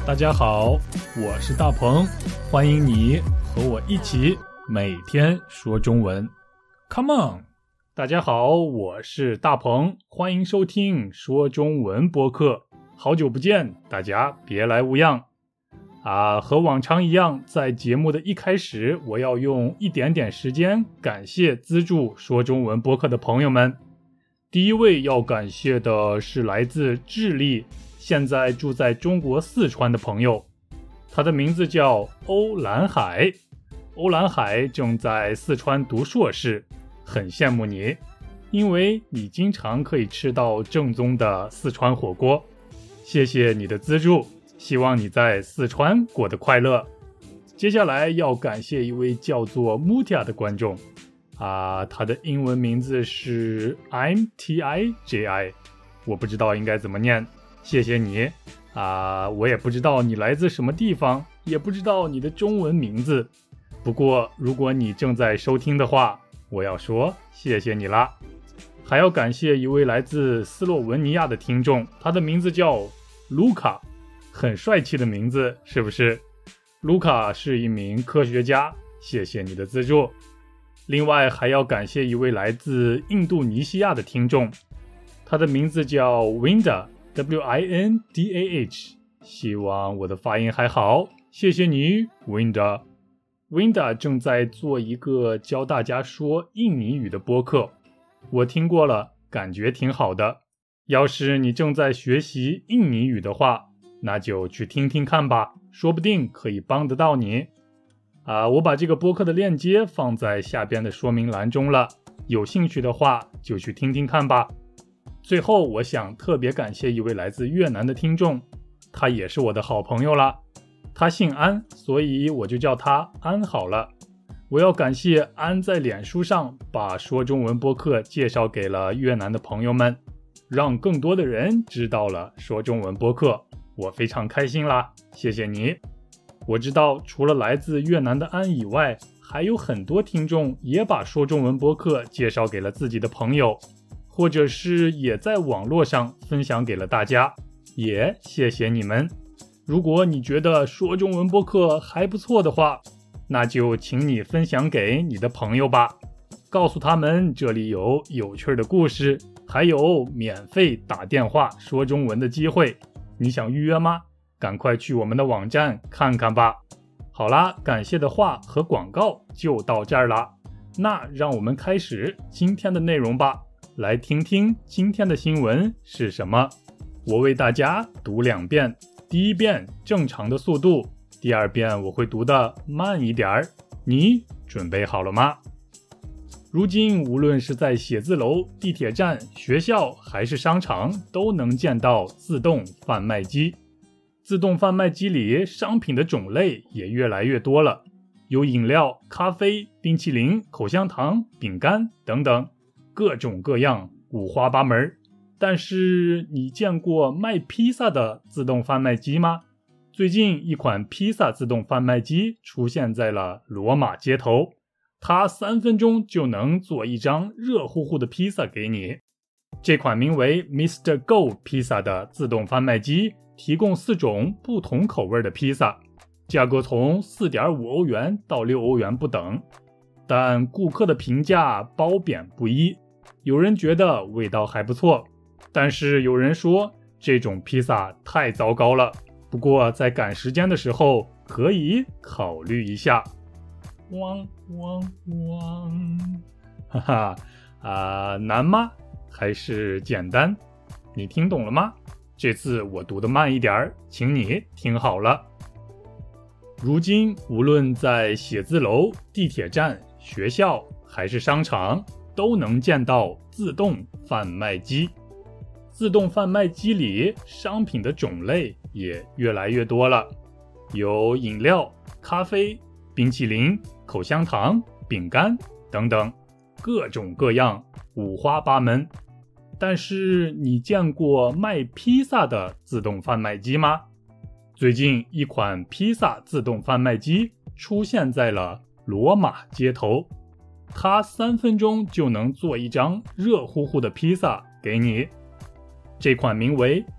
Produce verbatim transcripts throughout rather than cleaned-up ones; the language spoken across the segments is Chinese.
大家好，我是大鹏，欢迎你和我一起每天说中文。Come on！ 大家好，我是大鹏，欢迎收听说中文播客。好久不见，大家别来无恙啊！和往常一样，在节目的一开始，我要用一点点时间感谢资助说中文播客的朋友们。第一位要感谢的是来自智利，现在住在中国四川的朋友，他的名字叫欧蓝海。欧蓝海正在四川读硕士，很羡慕你，因为你经常可以吃到正宗的四川火锅。谢谢你的资助，希望你在四川过得快乐。接下来要感谢一位叫做 Mutia 的观众啊，他的英文名字是 M T I J I， 我不知道应该怎么念，谢谢你啊，我也不知道你来自什么地方，也不知道你的中文名字，不过如果你正在收听的话，我要说谢谢你啦。还要感谢一位来自斯洛文尼亚的听众，他的名字叫卢卡，很帅气的名字，是不是？卢卡是一名科学家，谢谢你的资助。另外还要感谢一位来自印度尼西亚的听众，他的名字叫 Winda W I N D A H， 希望我的发音还好，谢谢你 Winda。 Winda 正在做一个教大家说印尼语的播客，我听过了，感觉挺好的。要是你正在学习印尼语的话，那就去听听看吧，说不定可以帮得到你啊！我把这个播客的链接放在下边的说明栏中了，有兴趣的话就去听听看吧。最后我想特别感谢一位来自越南的听众，他也是我的好朋友啦，他姓安，所以我就叫他安好了。我要感谢安在脸书上把说中文播客介绍给了越南的朋友们，让更多的人知道了说中文播客，我非常开心啦，谢谢你。我知道除了来自越南的安以外，还有很多听众也把说中文播客介绍给了自己的朋友，或者是也在网络上分享给了大家，也谢谢你们。如果你觉得说中文播客还不错的话，那就请你分享给你的朋友吧，告诉他们这里有有趣的故事，还有免费打电话说中文的机会，你想预约吗？赶快去我们的网站看看吧。好啦，感谢的话和广告就到这儿啦，那让我们开始今天的内容吧。来听听今天的新闻是什么。我为大家读两遍，第一遍正常的速度，第二遍我会读得慢一点儿，你准备好了吗？如今无论是在写字楼、地铁站、学校还是商场，都能见到自动贩卖机。自动贩卖机里商品的种类也越来越多了，有饮料、咖啡、冰淇淋、口香糖、饼干等等，各种各样，五花八门。但是你见过卖披萨的自动贩卖机吗？最近一款披萨自动贩卖机出现在了罗马街头，它三分钟就能做一张热乎乎的披萨给你。这款名为 Mister Go 披萨的自动贩卖机提供四种不同口味的披萨，价格从 四点五欧元到六欧元不等，但顾客的评价褒贬不一，有人觉得味道还不错，但是有人说这种披萨太糟糕了，不过在赶时间的时候可以考虑一下。汪汪汪，哈哈啊，难吗？还是简单？你听懂了吗？这次我读得慢一点，请你听好了。如今无论在写字楼、地铁站、学校还是商场，都能见到自动贩卖机。自动贩卖机里商品的种类也越来越多了，有饮料、咖啡、冰淇淋、口香糖、饼干等等，各种各样，五花八门。但是你见过卖披萨的自动贩卖机吗？最近一款披萨自动贩卖机出现在了罗马街头，它三分钟就能做一张热乎乎的披萨给你。这款名为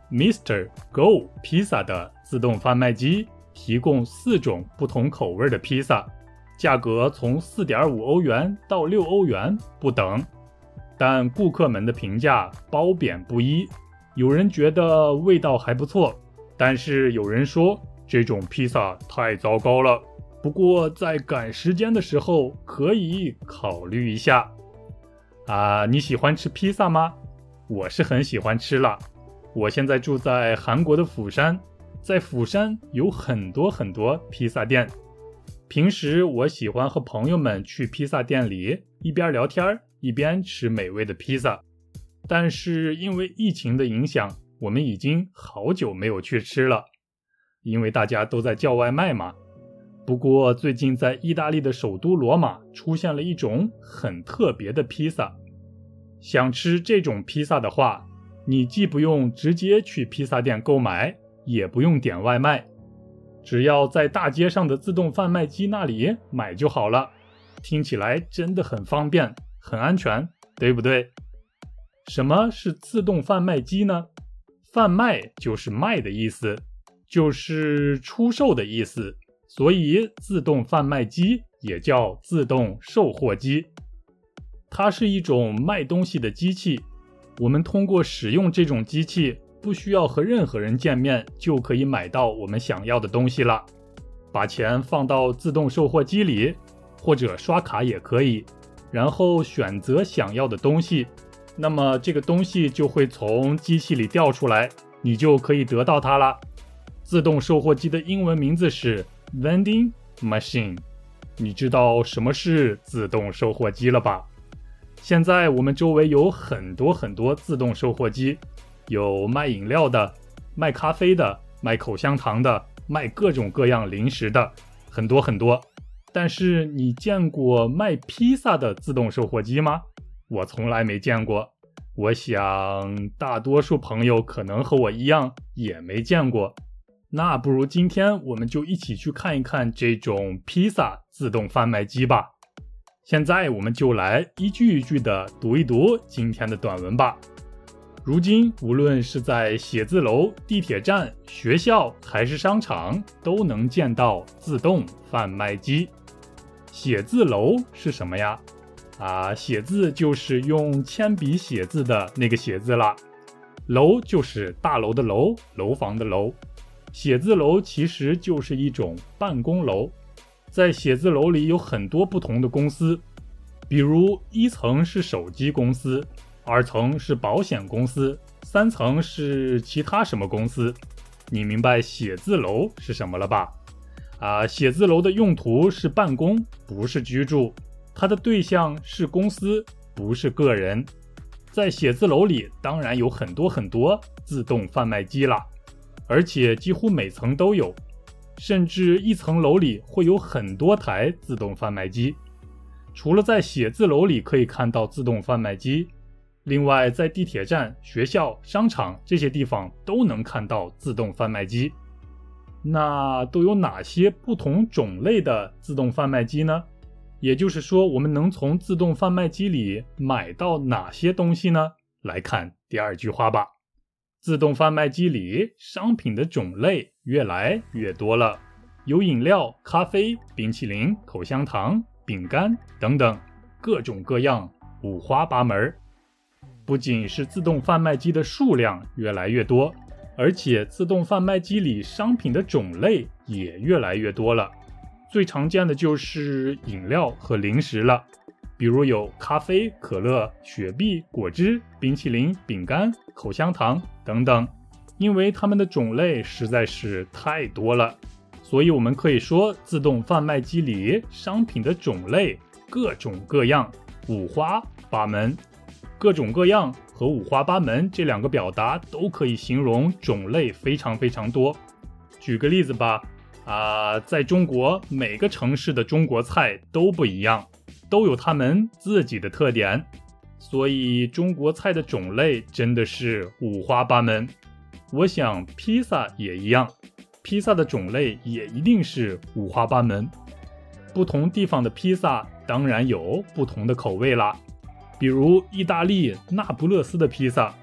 Mister Go 披萨的自动贩卖机提供四种不同口味的披萨，价格从 四点五欧元到六欧元不等，但顾客们的评价褒贬不一，有人觉得味道还不错，但是有人说这种披萨太糟糕了，不过在赶时间的时候可以考虑一下。啊，你喜欢吃披萨吗？我是很喜欢吃了。我现在住在韩国的釜山，在釜山有很多很多披萨店。平时我喜欢和朋友们去披萨店里一边聊天一边吃美味的披萨，但是因为疫情的影响，我们已经好久没有去吃了，因为大家都在叫外卖嘛。不过最近在意大利的首都罗马出现了一种很特别的披萨。想吃这种披萨的话，你既不用直接去披萨店购买，也不用点外卖，只要在大街上的自动贩卖机那里买就好了。听起来真的很方便，很安全，对不对？什么是自动贩卖机呢？贩卖就是卖的意思，就是出售的意思，所以自动贩卖机也叫自动售货机。它是一种卖东西的机器，我们通过使用这种机器，不需要和任何人见面，就可以买到我们想要的东西了。把钱放到自动售货机里，或者刷卡也可以，然后选择想要的东西，那么这个东西就会从机器里掉出来，你就可以得到它了。自动售货机的英文名字是 Vending Machine。 你知道什么是自动售货机了吧？现在我们周围有很多很多自动售货机，有卖饮料的，卖咖啡的，卖口香糖的，卖各种各样零食的，很多很多。但是你见过卖披萨的自动售货机吗？我从来没见过。我想大多数朋友可能和我一样也没见过。那不如今天我们就一起去看一看这种披萨自动贩卖机吧。现在我们就来一句一句的读一读今天的短文吧。如今无论是在写字楼、地铁站、学校还是商场，都能见到自动贩卖机。写字楼是什么呀？啊，写字就是用铅笔写字的那个写字啦。楼就是大楼的楼，楼房的楼。写字楼其实就是一种办公楼。在写字楼里有很多不同的公司，比如一层是手机公司，二层是保险公司，三层是其他什么公司。你明白写字楼是什么了吧？啊，写字楼的用途是办公，不是居住，它的对象是公司，不是个人。在写字楼里当然有很多很多自动贩卖机啦，而且几乎每层都有，甚至一层楼里会有很多台自动贩卖机。除了在写字楼里可以看到自动贩卖机，另外在地铁站、学校、商场这些地方都能看到自动贩卖机。那都有哪些不同种类的自动贩卖机呢？也就是说，我们能从自动贩卖机里买到哪些东西呢？来看第二句话吧。自动贩卖机里商品的种类越来越多了，有饮料、咖啡、冰淇淋、口香糖、饼干等等，各种各样，五花八门。不仅是自动贩卖机的数量越来越多，而且自动贩卖机里商品的种类也越来越多了。最常见的就是饮料和零食了，比如有咖啡、可乐、雪碧、果汁、冰淇淋、饼干、口香糖等等。因为它们的种类实在是太多了，所以我们可以说自动贩卖机里商品的种类各种各样，五花八门。各种各样和五花八门这两个表达都可以形容种类非常非常多。举个例子吧，啊、呃，在中国每个城市的中国菜都不一样，都有他们自己的特点，所以中国菜的种类真的是五花八门。我想披萨也一样，披萨的种类也一定是五花八门。不同地方的披萨当然有不同的口味啦，比如意大利那不勒斯的披萨，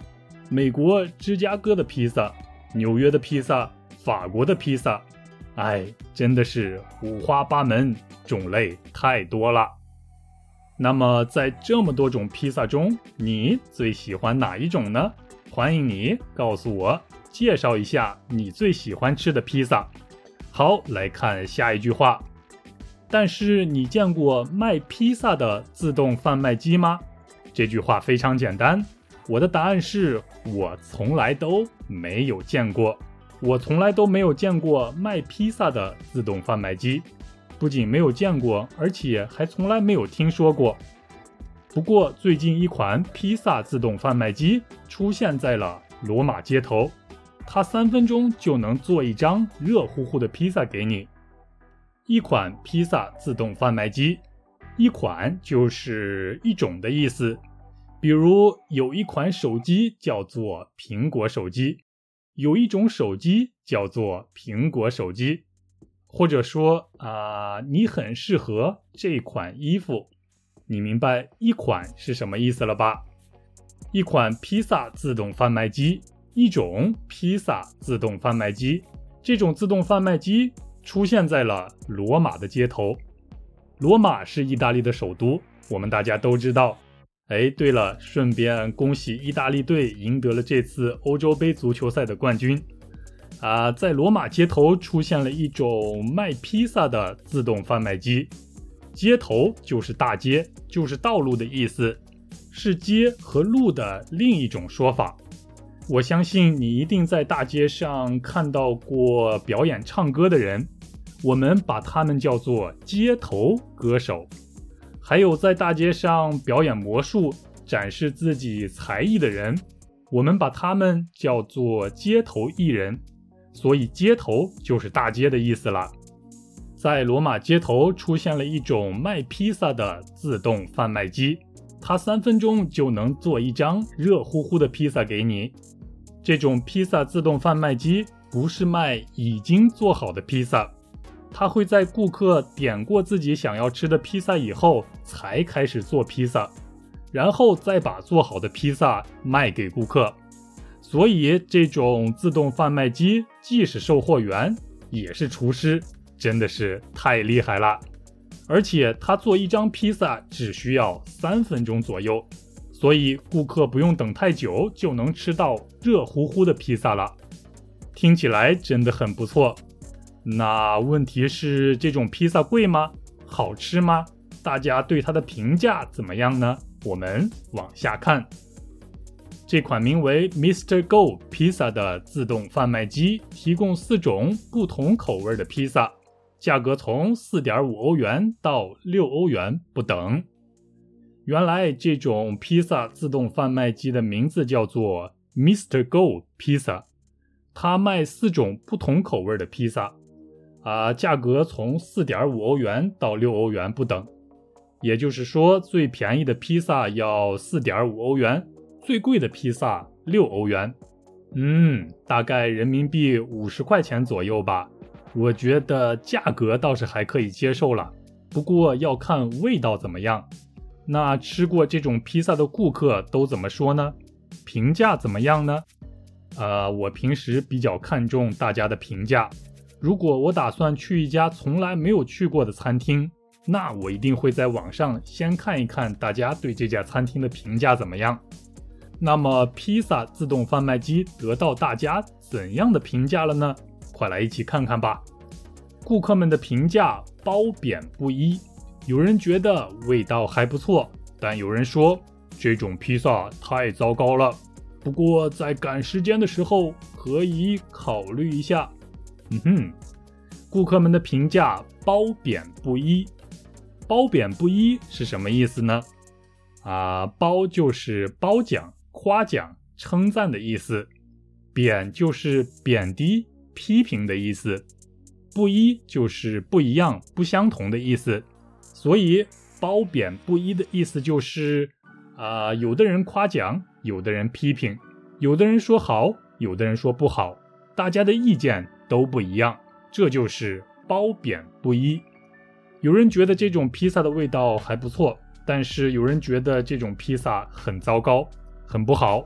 美国芝加哥的披萨，纽约的披萨，法国的披萨，哎，真的是五花八门，种类太多了。那么在这么多种披萨中，你最喜欢哪一种呢？欢迎你告诉我，介绍一下你最喜欢吃的披萨。好，来看下一句话。但是你见过卖披萨的自动贩卖机吗？这句话非常简单，我的答案是我从来都没有见过。我从来都没有见过卖披萨的自动贩卖机，不仅没有见过，而且还从来没有听说过。不过最近一款披萨自动贩卖机出现在了罗马街头，它三分钟就能做一张热乎乎的披萨给你。一款披萨自动贩卖机，一款就是一种的意思。比如有一款手机叫做苹果手机，有一种手机叫做苹果手机。或者说啊、呃，你很适合这款衣服。你明白一款是什么意思了吧？一款披萨自动贩卖机，一种披萨自动贩卖机。这种自动贩卖机出现在了罗马的街头。罗马是意大利的首都，我们大家都知道。哎，对了，顺便恭喜意大利队赢得了这次欧洲杯足球赛的冠军。啊，在罗马街头出现了一种卖披萨的自动贩卖机。街头就是大街，就是道路的意思，是街和路的另一种说法。我相信你一定在大街上看到过表演唱歌的人，我们把他们叫做街头歌手。还有在大街上表演魔术，展示自己才艺的人，我们把他们叫做街头艺人。所以街头就是大街的意思了。在罗马街头出现了一种卖披萨的自动贩卖机，它三分钟就能做一张热乎乎的披萨给你。这种披萨自动贩卖机不是卖已经做好的披萨，它会在顾客点过自己想要吃的披萨以后才开始做披萨，然后再把做好的披萨卖给顾客。所以这种自动贩卖机既是售货员也是厨师，真的是太厉害了。而且他做一张披萨只需要三分钟左右，所以顾客不用等太久就能吃到热乎乎的披萨了。听起来真的很不错。那问题是，这种披萨贵吗？好吃吗？大家对它的评价怎么样呢？我们往下看。这款名为 Mister Go 披萨的自动贩卖机提供四种不同口味的披萨，价格从 四点五欧元到六欧元不等。原来这种披萨自动贩卖机的名字叫做 Mister Go 披萨，它卖四种不同口味的披萨，啊，价格从 四点五欧元到六欧元不等。也就是说，最便宜的披萨要 四点五欧元，最贵的披萨六欧元。嗯，大概人民币五十块钱左右吧。我觉得价格倒是还可以接受了，不过要看味道怎么样。那吃过这种披萨的顾客都怎么说呢？评价怎么样呢？呃，我平时比较看重大家的评价。如果我打算去一家从来没有去过的餐厅，那我一定会在网上先看一看大家对这家餐厅的评价怎么样。那么披萨自动贩卖机得到大家怎样的评价了呢？快来一起看看吧。顾客们的评价褒贬不一，有人觉得味道还不错，但有人说这种披萨太糟糕了，不过在赶时间的时候可以考虑一下。嗯哼，顾客们的评价褒贬不一。褒贬不一是什么意思呢？啊，褒就是褒奖、夸奖、称赞的意思，贬就是贬低、批评的意思，不一就是不一样、不相同的意思。所以褒贬不一的意思就是啊、呃，有的人夸奖，有的人批评，有的人说好，有的人说不好，大家的意见都不一样，这就是褒贬不一。有人觉得这种披萨的味道还不错，但是有人觉得这种披萨很糟糕，很不好。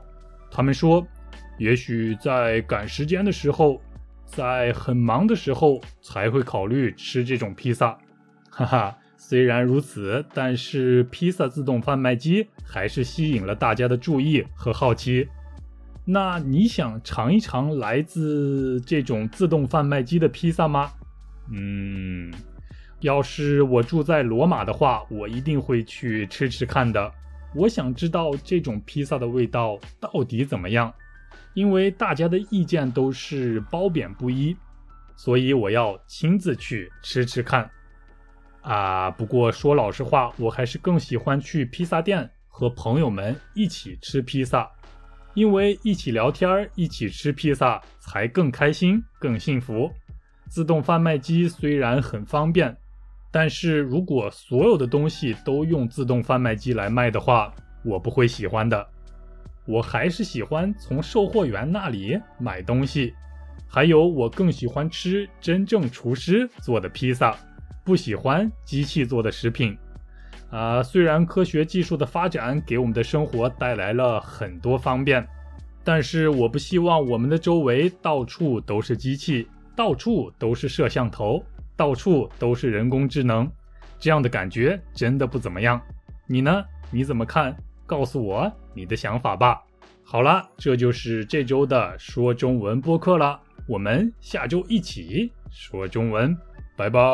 他们说，也许在赶时间的时候，在很忙的时候才会考虑吃这种披萨。哈哈，虽然如此，但是披萨自动贩卖机还是吸引了大家的注意和好奇。那你想尝一尝来自这种自动贩卖机的披萨吗？嗯，要是我住在罗马的话，我一定会去吃吃看的。我想知道这种披萨的味道到底怎么样，因为大家的意见都是褒贬不一，所以我要亲自去吃吃看。啊，不过说老实话，我还是更喜欢去披萨店和朋友们一起吃披萨，因为一起聊天，一起吃披萨才更开心，更幸福。自动贩卖机虽然很方便，但是如果所有的东西都用自动贩卖机来卖的话，我不会喜欢的。我还是喜欢从售货员那里买东西，还有我更喜欢吃真正厨师做的披萨，不喜欢机器做的食品。啊，虽然科学技术的发展给我们的生活带来了很多方便，但是我不希望我们的周围到处都是机器，到处都是摄像头，到处都是人工智能，这样的感觉真的不怎么样。你呢？你怎么看？告诉我你的想法吧。好了，这就是这周的说中文播客了，我们下周一起说中文，拜拜。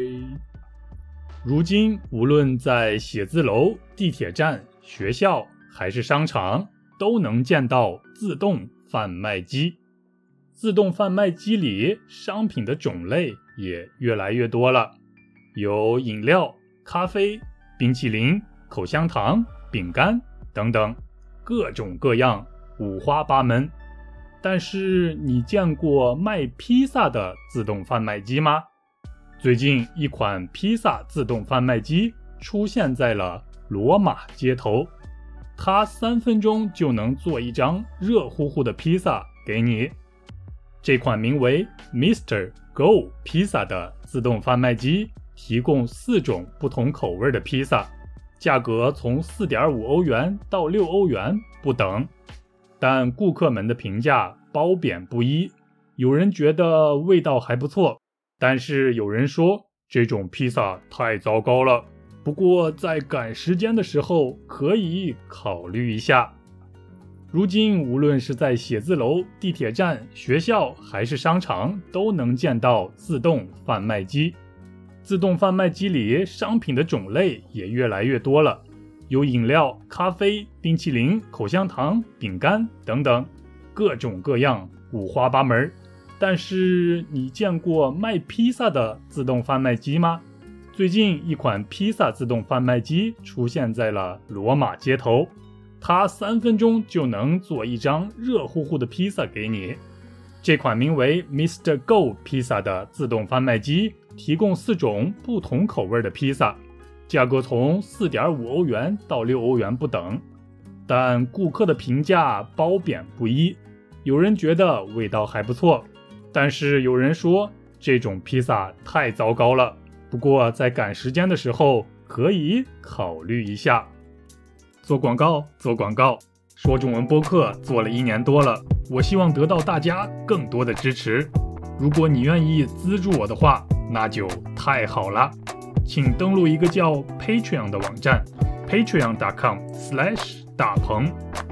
如今无论在写字楼、地铁站、学校还是商场，都能见到自动贩卖机。自动贩卖机里商品的种类也越来越多了，有饮料、咖啡、冰淇淋、口香糖、饼干等等，各种各样，五花八门。但是你见过卖披萨的自动贩卖机吗？最近一款披萨自动贩卖机出现在了罗马街头，它三分钟就能做一张热乎乎的披萨给你。这款名为 Mister Go 披萨的自动贩卖机提供四种不同口味的披萨，价格从 四点五欧元到六欧元不等，但顾客们的评价褒贬不一，有人觉得味道还不错，但是有人说这种披萨太糟糕了，不过在赶时间的时候可以考虑一下。如今无论是在写字楼、地铁站、学校还是商场，都能见到自动贩卖机。自动贩卖机里商品的种类也越来越多了，有饮料、咖啡、冰淇淋、口香糖、饼干等等，各种各样，五花八门。但是你见过卖披萨的自动贩卖机吗？最近一款披萨自动贩卖机出现在了罗马街头，它三分钟就能做一张热乎乎的披萨给你。这款名为 Mister Go 披萨的自动贩卖机提供四种不同口味的披萨，价格从 四点五欧元到六欧元不等，但顾客的评价褒贬不一，有人觉得味道还不错，但是有人说这种披萨太糟糕了，不过在赶时间的时候可以考虑一下。做广告做广告，说中文播客做了一年多了，我希望得到大家更多的支持，如果你愿意资助我的话，那就太好了。请登录一个叫 Patreon 的网站 patreon.com slash 大鹏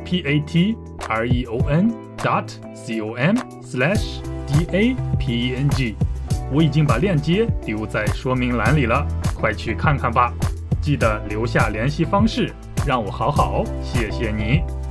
P-A-T-R-E-O-N dot C-O-M slash D-A-P-E-N-G， 我已经把链接丢在说明栏里了，快去看看吧。记得留下联系方式，让我好好谢谢你。